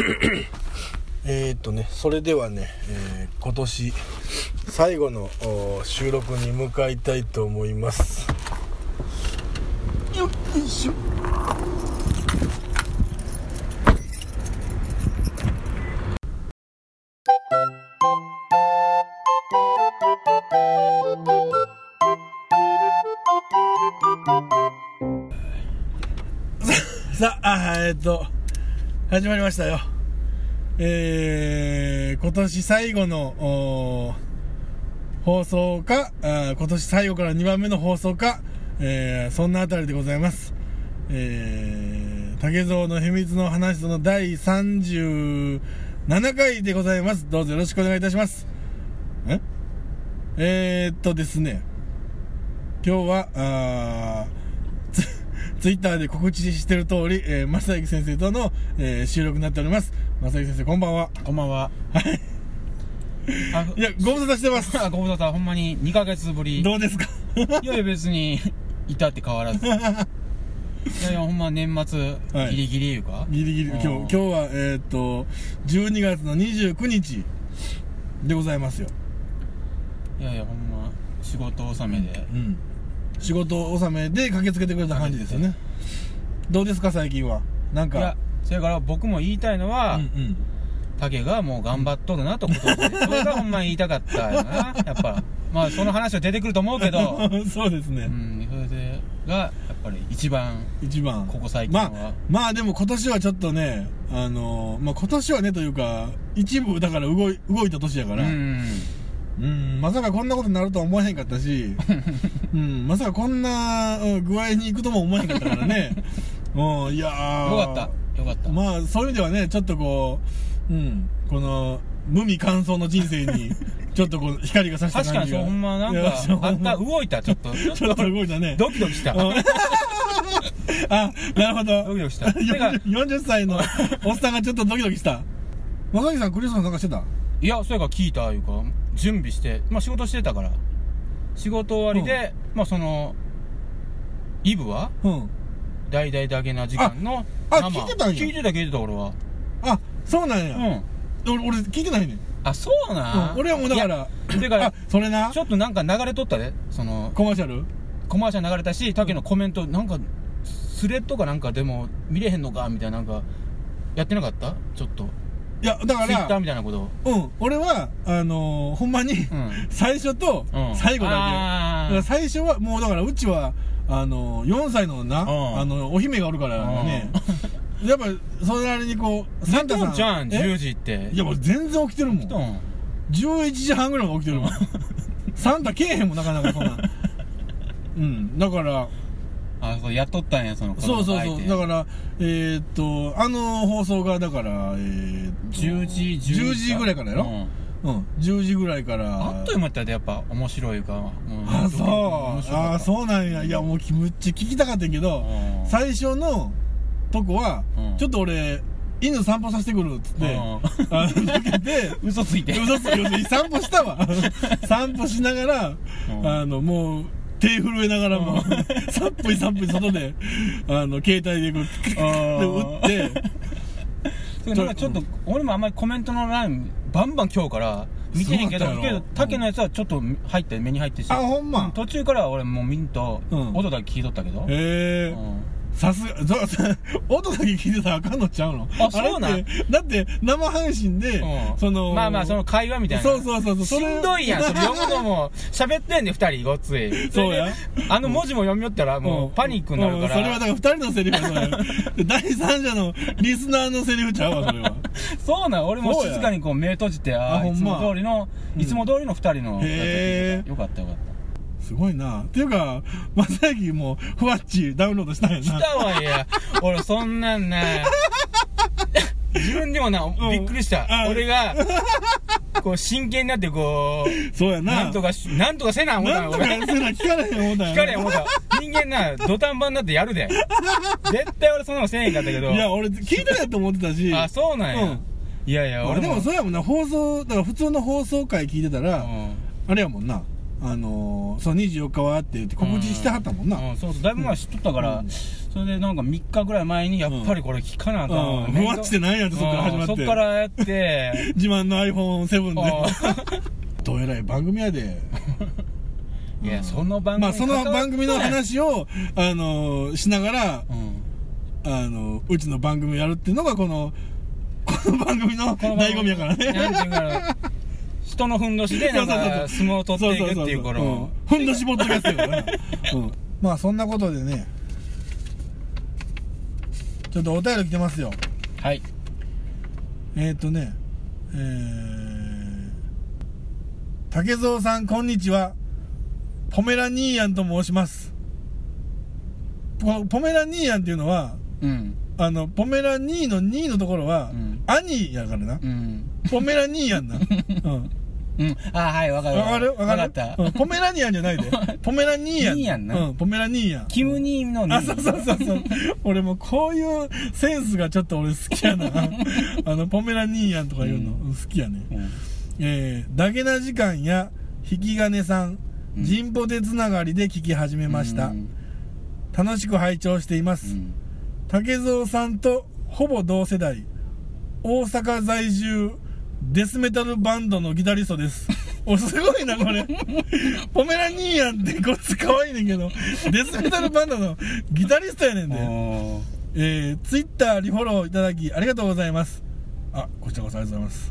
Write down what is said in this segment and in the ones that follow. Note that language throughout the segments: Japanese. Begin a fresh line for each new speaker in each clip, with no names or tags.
それではね、今年最後の収録に向かいたいと思います。よいしょ。さあ、始まりましたよ。今年最後の放送か、今年最後から2番目の放送か、そんなあたりでございます。竹蔵の秘密の話の第37回でございます。どうぞよろしくお願いいたします。ですね、今日はツイッターで告知してる通り、正行先生との、収録になっております。正行先生、こんばんは。
こんばんは。
いや、ご無沙汰してます。
ご無沙汰、ほんまに2ヶ月ぶり。
どうですか？
いやいや、別にいたって変わらず。いやいや、ほんま年末、
はい、
ギリギリいうか、
ギリギリ。今日は12月の29日でございますよ。
いやいや、ほんま仕事納めで、
仕事納めで駆けつけてくれた感じですよね。どうですか最近は？なんか、いや、
それから僕も言いたいのは、竹がもう頑張っとるなとことで、それがほんまに言いたかったよな。やっぱまあその話は出てくると思うけど
そうですね。
それでがやっぱり一番ここ最近は
まあでも今年はちょっとね、今年はねというか一部だから動いた年やから、まさかこんなことになるとは思えへんかったしまさかこんな具合に行くとも思えへんかったからねいやー、
よかった
まあそういう意味ではね、ちょっとこうこの無味乾燥の人生にちょっとこう光が差した感じが。
確かにそう、ほんまなんかあった、動いた、ちょっと
動いたね。
ドキドキした
あ、なるほど。
ドキドキした。
40歳のおっさんがちょっとドキドキした。正木さんクリスマスなんかしてた？
いや、それが聞いたいうか、準備して、まあ仕事してたから、仕事終わりで、まあそのイブは大々だけな時間の
生。聞いてたんや。
聞いてた俺は。
あ、そうなんや。俺聞いてないねん。
あ、そうな。
俺はもうだから
てか
それな、
ちょっとなんか流れとったで、その
コマーシャル
流れたし、竹のコメントなんかスレッドかなんかでも見れへんのかみたいな、なんかやってなかった？ちょっと。
いや、だから
ツイッターみたいなこと。
俺はほんまに最初と最後だけ。だから最初はもうだからうちは4歳のなお姫がおるからね。やっぱそれなりにこう
サンタさんじゃん、10時って。
いや、もう全然起きてるもん。11時半ぐらいまで起きてるもん。サンタけえへんもん、なかなかそんな。だから
そうやっとったんや、その。
そうだから放送がだから
10
時ぐらいからやろ。10時ぐらいから。
あっという間だってやっぱ面白いか。
そうなんや。いや、もうむっちゃ聞きたかったけど、最初のとこはちょっと俺犬散歩させてくるっつって抜けて
嘘ついて
散歩したわ散歩しながらもう手震えながらもさっぷり外で携帯でこう打って
なんかちょっと俺もあんまりコメントのラインバンバン今日から見てへんけど、竹のやつはちょっと目に入ってし、
ほんま
途中からは俺もう見んと音だけ聞いとったけど。
さすが、音だけ聞いてたらあかんのちゃうの？
あ、そうなん？
だって生配信で
まあその会話みたいな。
そう
しんどいやん、それ読むのも。喋ってんね、2人ごっつい。
そうや。
文字も読みよったらもうパニックになるから。
それはだから2人のセリフやそれ。第三者のリスナーのセリフちゃうわ、それは。
そうなん、俺も静かにこう目閉じて、いつも通りの2人の。よかったよかった。
すごいな。っていうか、正行もふわっちダウンロードしたんやな。
したわ、いや。俺そんなんね、自分でもな、びっくりした。俺が、こう真剣になってこう、
そうやな。
なんとかせな思った
俺。なんとかせな聞かれへん思ったんや。
聞かれへん思った。人間な、土壇場になってやるで。絶対俺そんなのせえへんかったけど。
いや、俺聞いてないと思ってたし。
あ、そうなんや。いやいや、
俺でもそうやもんな、だから普通の放送回聞いてたら、あれやもんな。 その24日はって言って告知してはったもんな。
そうそう、だいぶ前知っとったから、それでなんか3日ぐらい前にやっぱりこれ聞かなあかん。
ふわっちって何やってそっから始まって。
そっからやって。
自慢の iPhone7 で。どえらい番組やで。
いや、その番組。
まあその番組の話を、しながら、うちの番組やるっていうのがこの番組の醍醐味やからね。
なんていうか、人のふんどしでなんか相撲を取っていくっていうこの
ふんどしポッドキャストやからな。まあそんなことでね、ちょっとお便り来てますよ。
はい。
竹蔵さんこんにちは。ポメラニーヤンと申します。ポメラニーヤンっていうのは、ポメラニーの2のところは、兄やからな。ポメラニーヤンな。
はい、わかる。
わかった。ポメラニアンじゃないで。ポメラニーヤン。
ニーヤンな。
ポメラニーヤン。
キムニーのニー。
そう。俺もこういうセンスがちょっと俺好きやな。ポメラニーヤンとかいうの好きやね。ダゲな時間や引き金さん、ジンポテつながりで聞き始めました。楽しく拝聴しています。竹蔵さんとほぼ同世代、大阪在住デスメタルバンドのギタリストです。すごいなこれ。ポメラニーヤンってこいつ可愛いねんけど、デスメタルバンドのギタリストやねんで。ツイッターリフォローいただきありがとうございます。こちらこそありがとうございます。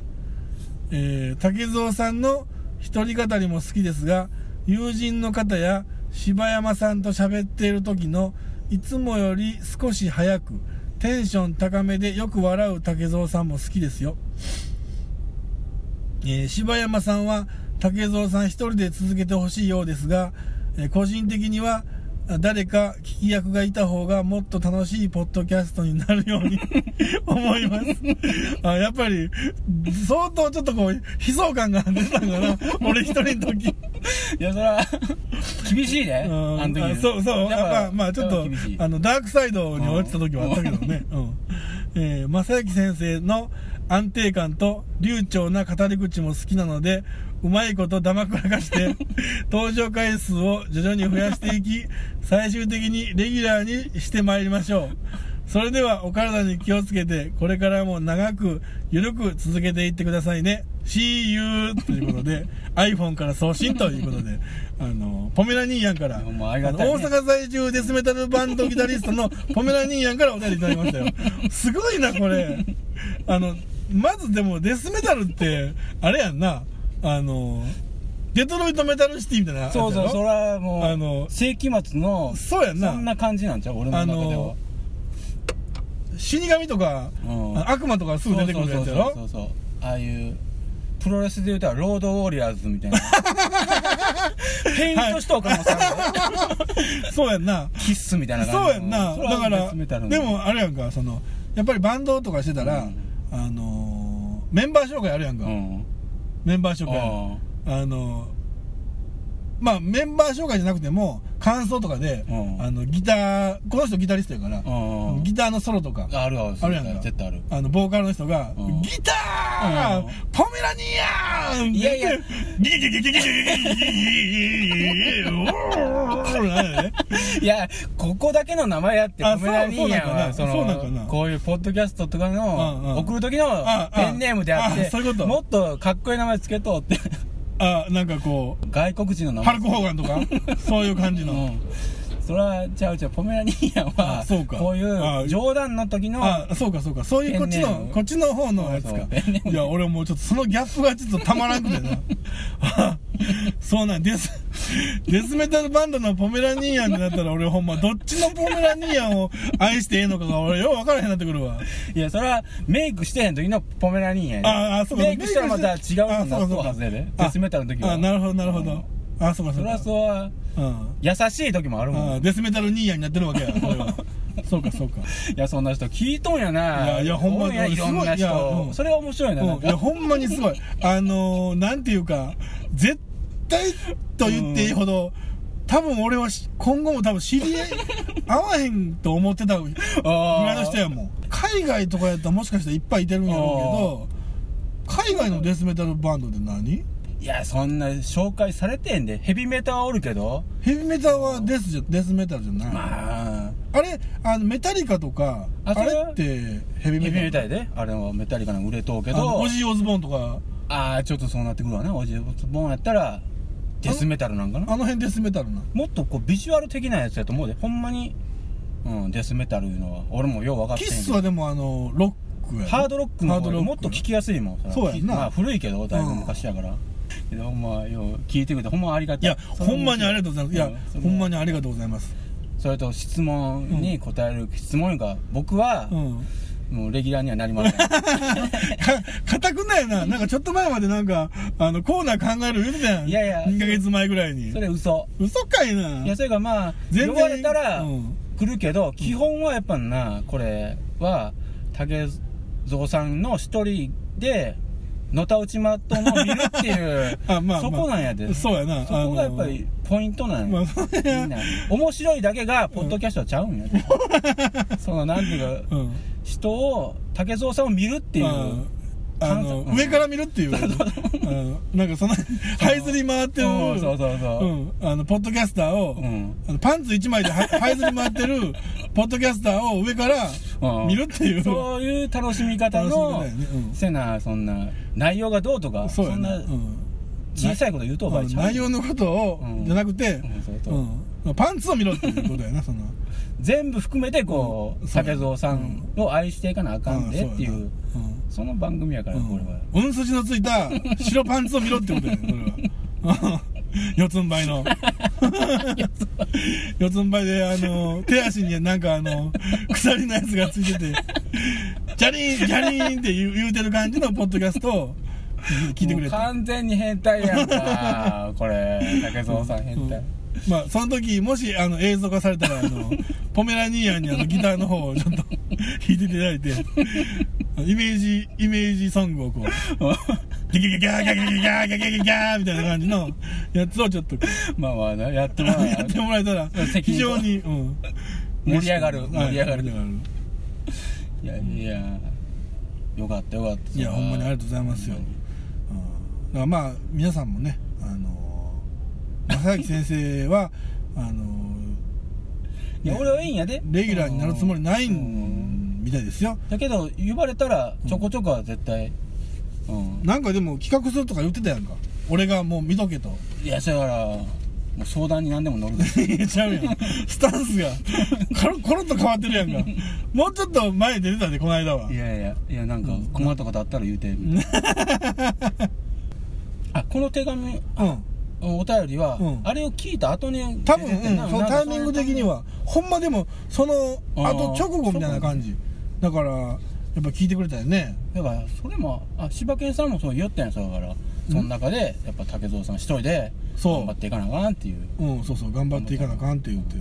竹蔵さんの一人語りも好きですが、友人の方や柴山さんと喋っている時のいつもより少し早くテンション高めでよく笑う竹蔵さんも好きですよ。柴山さんは竹蔵さん一人で続けてほしいようですが、個人的には誰か聞き役がいた方がもっと楽しいポッドキャストになるように思います。やっぱり相当ちょっとこう悲壮感が出たんかな。俺一人の時。い
や、それは厳しいね。
そう。やっぱまあちょっとダークサイドに落ちた時はあったけどね。正幸先生の安定感と流暢な語り口も好きなので、うまいことだまくらかして登場回数を徐々に増やしていき、最終的にレギュラーにしてまいりましょう。それではお体に気をつけて、これからも長くゆるく続けていってくださいね。See you ということでiPhone から送信ということで、ポメラニーヤンから、大阪在住デスメタルバンドギタリストのポメラニーヤンからお便りいただきましたよ。すごいなこれ。まずでもデスメタルってあれやんな、デトロイトメタルシティみたいな。
そう、それはもう世紀末の
そうやんな、
そんな感じなんちゃう、俺の中では。
死神とか悪魔とかすぐ出てくるやつやろ。
そう、ああいうプロレスで言うたらロードウォリアーズみたいな。ペイントしとうかもさ、
そうやんな、
キッスみたいな感じ。
そうやんな。だからでもあれやんか、やっぱりバンドとかしてたら、メンバー紹介あるやんか。メンバー紹介まあメンバー紹介じゃなくても感想とかで、ギター、この人ギタリストやから、ギターのソロとか
あるやんか、絶対ある。
ボーカルの人がギターポメラニーヤン、いやいやギギギギギギギギ
いや、ここだけの名前やって、ポメラニーヤンはこういうポッドキャストとかの送る時のペンネームであって、もっとかっこいい名前つけとうって。
なんかこう
外国人の名前、
ハルク・ホーガンとかそういう感じの、
それはちゃうポメラニーヤンはこういう冗談の時の、
そうかそういうこっちの方のやつか。いや俺もうちょっとそのギャップがちょっとたまらんくてな。そうなんデスメタルバンドのポメラニーヤンになったら俺ほんまどっちのポメラニーヤンを愛してええのかが俺よう分からへんなってくるわ。
いや、それはメイクしてへん時のポメラニーヤンや。メイクしたらまた違うのなっとうはずやで、デスメタルの時は。
なるほど。そうか。
それはそうは優しい時もあるもん。
デスメタルニーヤンになってるわけや、それは。そうか。い
や、そんな人聞いとんやな。
いやほんまに
いろんな人。それは面白いな。
いやほんまにすごい。なんていうか、絶対と言っていいほど、多分俺は今後も多分知り合わへんと思ってたぐらいの人やもん。海外とかやったらもしかしたらいっぱいいてるんやろうけど、海外のデスメタルバンドって何？
いやそんな紹介されてんで。ヘビメタはおるけど、
ヘビメタはデスメタルじゃない。
まあ
あれメタリカとかあれってヘビメタル。
ヘビメタルであれはメタリカの売れとうけど、
オジー・オズボーンとか。
ああちょっとそうなってくるわな。オジー・オズボーンやったらデスメタルなんかな。
あの辺デスメタルな。
もっとこうビジュアル的なやつやと思うで。ほんまにデスメタルいうのは俺もよう分かってんけど。
キスはでもロックや、
ハードロックの方がもっと聞きやすいもん。
そうやな。
まあ古いけどだいぶ昔やから、けどほんまよう聞いてくれてほんまありがたい。
いやほんまにありがとうございます。いやほんまにありがとうございます。
それと質問に答える質問が僕はもうレギュラーにはなりません。
固くないな。なんかちょっと前までなんかコーナー考える言うてたやん。
いやいや
2ヶ月前ぐらいに。
それ嘘
かいな。
いやそれがまあ呼ばれたら来るけど、基本はやっぱな、これは竹蔵さんの一人でのたうちまっとのを見るっていうそこなんやで。
そうやな。
そこがやっぱりポイントなんや。みんな面白いだけがポッドキャストちゃうんや。そのなんていうか、人を竹蔵さんを見るっていう
上から見るっていうなんかその這いずり回ってる
そう
ポッドキャスターをパンツ1枚で這いずり回ってるポッドキャスターを上から見るっていう、
そういう楽しみ方のせな。そんな内容がどうとかそんな小さいこと言うとおばあちゃん、
内容のことをじゃなくてパンツを見ろっていうことやな。その
全部含めてこう竹蔵さんを愛していかなあかんでっていうその番組やから。これは
うん筋のついた白パンツを見ろってことやね。これは四つん這いの四つん這いで手足になんか鎖のやつがついててジャリーンジャリーンって言うてる感じのポッドキャストを聞いてくれて。
完全に変態やんかこれ竹蔵さん変態。
まあその時もし映像化されたらポメラニーヤンにギターの方をちょっと弾いていただいてイメージソングをこうギャギャギャギャギャギャギャギャギャギャギャみたいな感じのやつをちょっと
まあまあやっても
らえたら非常に
盛り上がる。いやいやよかったよかった。
いやほんまにありがとうございますよ。だからまあ皆さんもね正明先生はい
や俺はいいんやで。
レギュラーになるつもりないみたいですよ。
だけど呼ばれたらちょこちょこは絶対
なんかでも企画するとか言ってたやんか。俺がもう見とけと。
いやだからもう相談に何でも乗る。
ちゃうやん。スタンスがコロッと変わってるやんか。もうちょっと前出てたでこの間は。
いやなんか困ったことあったら言うて。あこの手紙お便りはあれを聞いた後に
多分そのタイミング的にはほんまでもその後直後みたいな感じだからやっぱ聞いてくれたよね。
だからそれも柴犬さんもそう言ったんや。だからその中でやっぱ竹蔵さん一人で頑張っていかなあかんっていう。
そう頑張っていかなあかんって言って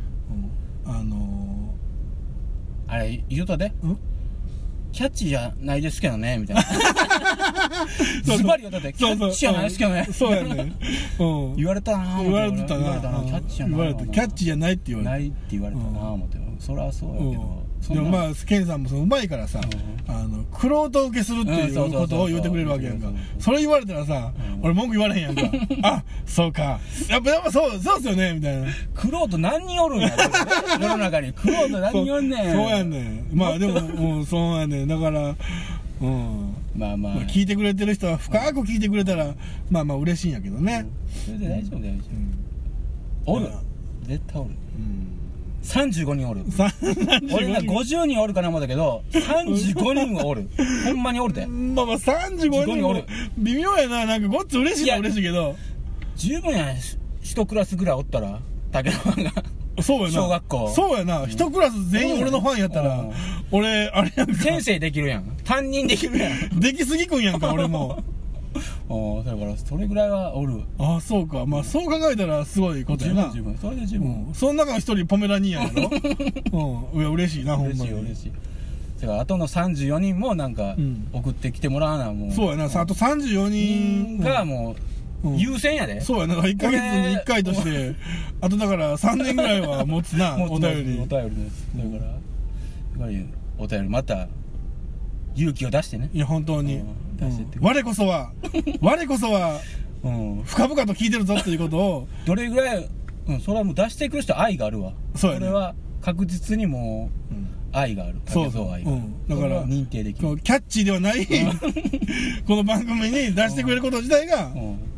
あれ言うたでキャッチじゃないですけどねみたいな。ズバリ言うたでキャッチじゃないですけどね。
そうやね。
言われたな。
言われてたな。
キャッチじゃない。
言われてキャッチじゃないって言われた。
ないって言われたな思って。そりゃそうやけど。
でもまあケンさんもうまいからさクロート受けするっていうことを言うてくれるわけやんか。それ言われたらさ俺文句言われへんやんか。あそうかやっぱそうっすよねみたいな。
クロート何人おるんや世の中に。クロート何人おんねん。
そうやねん。まあでもそうやねん。だから
まあ
聞いてくれてる人は深く聞いてくれたらまあ嬉しいんやけどね。
それで大丈夫大丈夫。おる絶対おる。35人おる。俺が50人おるかな思ったけど35人はおる。ほんまにおるで。
まあ35人おる。微妙やな。なんかごっつ嬉しいのは嬉しいけど
十分や。一クラスぐらいおったら竹野が
そうやな。
小学校
そうやな。一クラス全員俺のファンやったら俺あれやんか。
先生できるやん。担任できるやん。
できすぎくんやんか俺も。
だからそれぐらいはおる。
ああそうか。まあそう考えたらすごいことやな。
十分それで十分。
その中の一人ポメラニーヤンやろ。いや嬉しいなほんまに。
嬉しい。だからあとの34人もなんか送ってきてもらわなもう。
そうやな。あと34人
がもう優先やで。
そうやな。1ヶ月に1回としてあとだから3年ぐらいは持つな。お便り。
お便りです。だからやっぱりお便りまた勇気を出してね。
いや本当に。
出してって。
我こそは深々と聞いてるぞっていうことを
どれぐらい、それはもう出してくる人は愛があるわ。
そうやね。
これは確実にもう愛がある。
そうそう、
愛がある。
だから
認定できる。
キャッチーではないこの番組に出してくれること自体が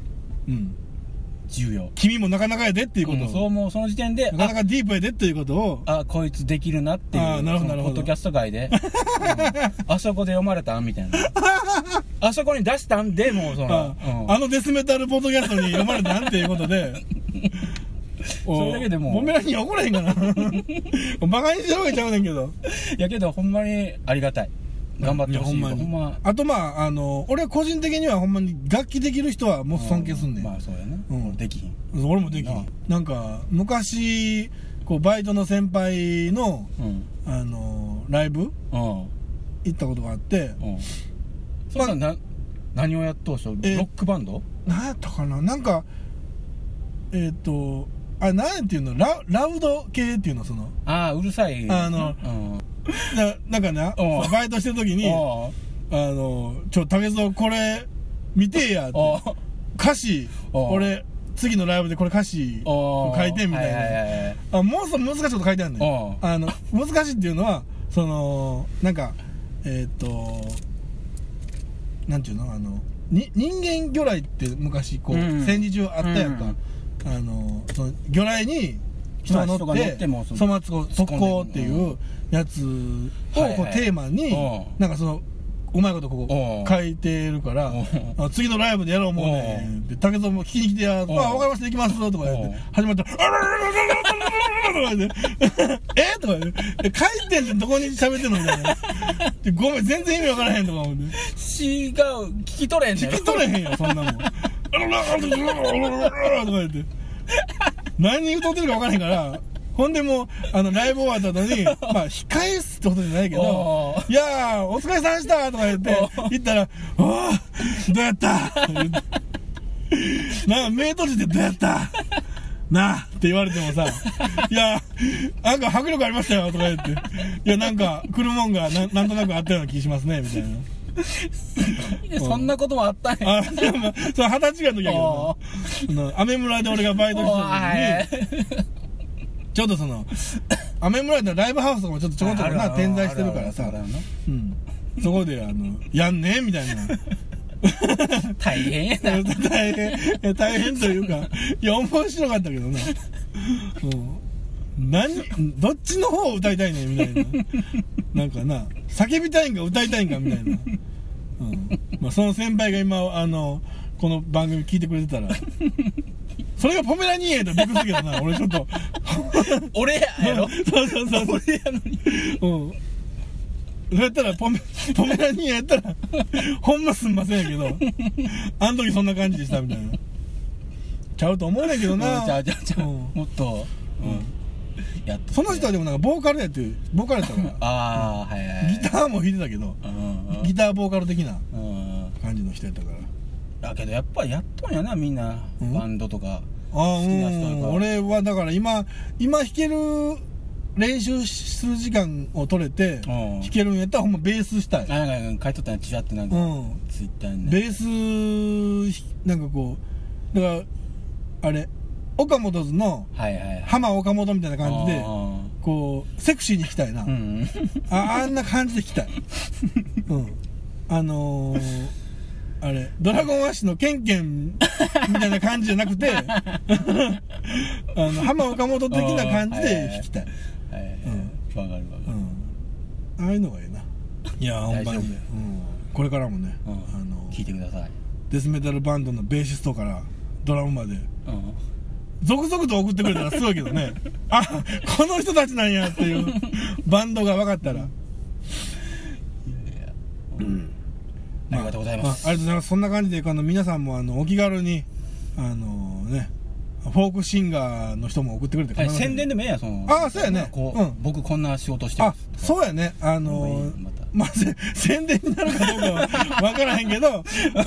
重要。
君もなかなかやでっていうことを、
そう、もうその時点で
なかなかディープやでっていうことを、
こいつできるなっていう、
なるほどなるほど、
ポッドキャスト界であそこで読まれたんみたいなあそこに出したんで、もうその
デスメタルポッドキャストに読まれたんっていうことで
それだけでも
ボメラに怒れへんかなバカにしてるわけちゃうねんけど、
いやけどほんまにありがたい。頑張ってほしい。ほんま。
あと俺は個人的にはほんまに楽器できる人はもう尊敬すんねん。
まあそうやね。できひん。
俺もできひん。なんか昔こうバイトの先輩のライブ行ったことがあって、
それは何をやっとうしょ？ロックバンド？
何やったかな、なんか何やっていうの、ラウド系っていうの、その
うるさい
なんかな、バイトしてる時に竹蔵これ見てやって歌詞、俺次のライブでこれ歌詞を書いてみたいな、もうそ難しいこと書いてあるのよ。難しいっていうのはそのなんかなんていうの、人間魚雷って昔こう戦時中あったやんか。その魚雷に人が乗って粗末を速攻っていうやつをこうテーマになんかそのうまいことここ書いてるから次のライブでやろう思うねんって竹蔵も聞きに来てや、分かりました行きますとか言って始まったらえとか言って書いてんってどこに喋ってんのみたいなごめん全然意味分からへんとか思って
詩が聞き取れへんねん。
聞き取れへんよそんなもんとか言って何歌ってるか分からへんから、ほんでもうライブ終わった後にまあ控えすってことじゃないけど「いやーお疲れさんでした」とか言って言ったら「おーどうやった?」なんか目閉じて「どうやった?」なあって言われてもさ「いやなんか迫力ありましたよ」とか言って「いやなんか来るもんがなんとなくあったような気しますね」みたいな。
そんなこともあったんや。
それ20歳ぐらいの時やけどアメ村で俺がバイトしてた時にちょうどそのアメ村でライブハウスとかもちょっとちょこちょこな点在してるからさ、そこでやんねみたいな
大変や
な大変というかいや面白かったけどなどっちの方を歌いたいねんみたいななんかな叫びたいんか歌いたいんかみたいな、まあその先輩が今この番組聞いてくれてたらそれがポメラニーンやったらびっくりするけどな俺ちょっと
俺やろ
そう俺やのにそうやったらポメラニーンやったらほんますんませんやけどあの時そんな感じでしたみたいなちゃうと思うねんけどな
ちゃうもっと
その人はでもなんかボーカルやったからギターも弾いてたけどギターボーカル的な感じの人やったから
だけどやっぱりやっとんやなみんなバンドとか
好きな人とか俺はだから今弾ける練習する時間を取れて弾けるんやったらほんまベースしたい。
なんか書いとったんやチラってなんかツイッターにね
ベースなんかこうだからあれ岡本図の浜岡本みたいな感じでこうセクシーに弾きたいな、あんな感じで弾きたいあれドラゴンアッシュのケンケンみたいな感じじゃなくて浜岡本的な感じで弾きたい。
わかる
ああいうのがいいな。いやほんまにこれからもね
聞いてください。
デスメタルバンドのベーシストからドラムまで続々と送ってくれたらすごいけどねあこの人たちなんやっていうバンドが分かったら
ありがとうございます。
ありがとうございます。そんな感じで皆さんもお気軽にねフォークシンガーの人も送ってくれて
宣伝でもええやん
そうやね
僕こんな仕事してます
そうやねまあ宣伝になるかどうかは分からへんけど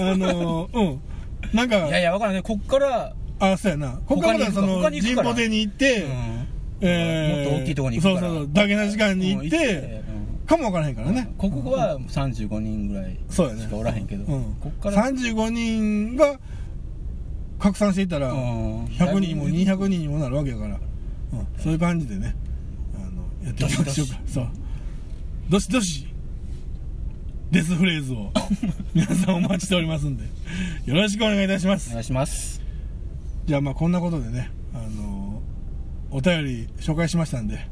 なんか
いや分からんねこっから
そうやなここからその神保亭に行って
もっと大きいとこに行くから
そうだけな時間に行ってかも分からへんからね
ここは35人ぐらいしかおらへんけどこっから
35人が拡散していったら100人も200人にもなるわけやから、そういう感じでねやっていきましょうか。そうどしどしデスフレーズを皆さんお待ちしておりますんでよろしくお願いいたします。
お願いします。
じゃあまあこんなことでねお便り紹介しましたんで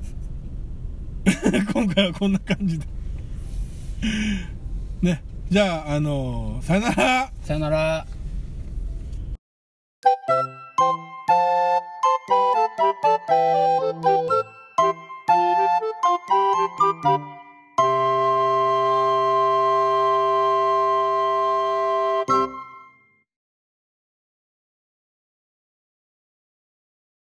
今回はこんな感じでね。じゃあさよなら。
さよなら。